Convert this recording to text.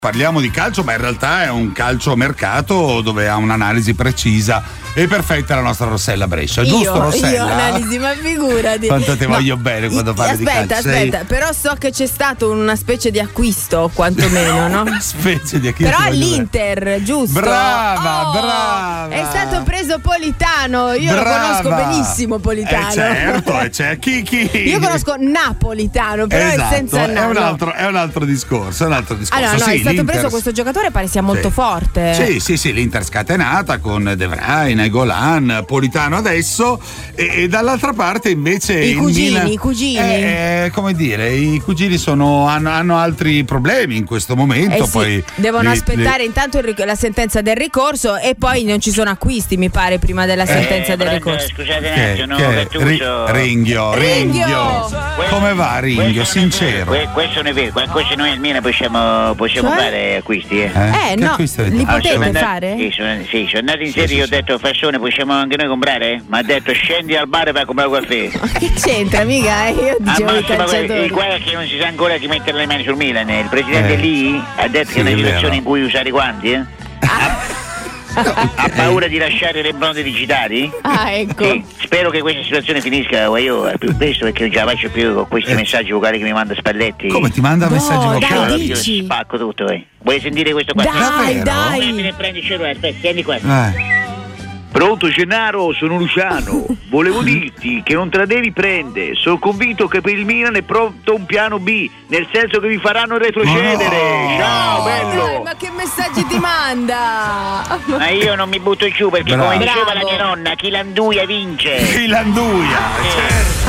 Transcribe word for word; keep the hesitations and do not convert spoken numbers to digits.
Parliamo di calcio, ma in realtà è un calciomercato dove ha un'analisi precisa e perfetta la nostra Rossella Brescia, io, giusto Rossella? Io analisi, ma figurati. Quanto ti no, voglio bene quando parli aspetta, di calcio. Aspetta, Sei... però so che c'è stato una specie di acquisto, quantomeno, no? Una specie di acquisto. Però all'Inter, giusto? Brava, oh, brava. È stato preso Politano, io brava. lo conosco benissimo Politano. Eh certo, e c'è chi chi. Io conosco Napolitano, però esatto, è senza è na, un no. altro, è un altro discorso, è un altro discorso. Allora, no, sì, è stato l'Inter... preso questo giocatore, pare sia molto sì. forte. Sì, sì, sì, l'Inter scatenata con De Vrij, Golan, Politano adesso e, e dall'altra parte invece I il cugini, Milan, i cugini. Eh, eh, come dire, i cugini sono, hanno, hanno altri problemi in questo momento. Eh sì, poi devono li, aspettare li... intanto il, la sentenza del ricorso e poi non ci sono acquisti, mi pare, prima della sentenza eh, del pronto, ricorso. Scusate un Che, attimo, che, Gattuso. ri, ringhio, Ringhio. ringhio. Come va Ringhio? Sincero. Que- questo non è vero, qualcosa noi almeno possiamo, possiamo Cioè? fare acquisti, eh. Eh, Che no, acquisto avete li fatto? potete sono andato- fare? Sì, sono, sì, sono andato in serie, sì, io ho sì. detto Fassone, possiamo anche noi comprare? Ma ha detto scendi al bar per comprare un caffè. Ma che c'entra, mica? Eh, Io Al dicevo i massimo calciatori. il guarda che non si sa ancora chi mettere le mani sul Milan. Il presidente Eh. lì ha detto Sì, che è una è situazione vero. in cui usare i guanti, eh? Ha paura di lasciare le bronze digitali? Ah, ecco. Sì, spero che questa situazione finisca io al più presto perché non ce la faccio più con questi Eh. messaggi vocali che mi manda Spalletti. Come ti manda No, messaggi dai, vocali? Allora, dici. io spacco tutto, eh. Vuoi sentire questo qua? Dai, Davvero? dai. Ne prendi il cellulare, aspetta, tieni qua. Eh. Pronto Gennaro, sono Luciano. Volevo dirti che non te la devi prendere. Sono convinto che per il Milan è pronto un piano B, nel senso che vi faranno retrocedere. No. Ciao, Dai, bello. ma che messaggi ti manda? Ma io non mi butto giù perché Bravo. come diceva la Bravo. mia nonna, chi l'anduia vince. Filanduia, certo.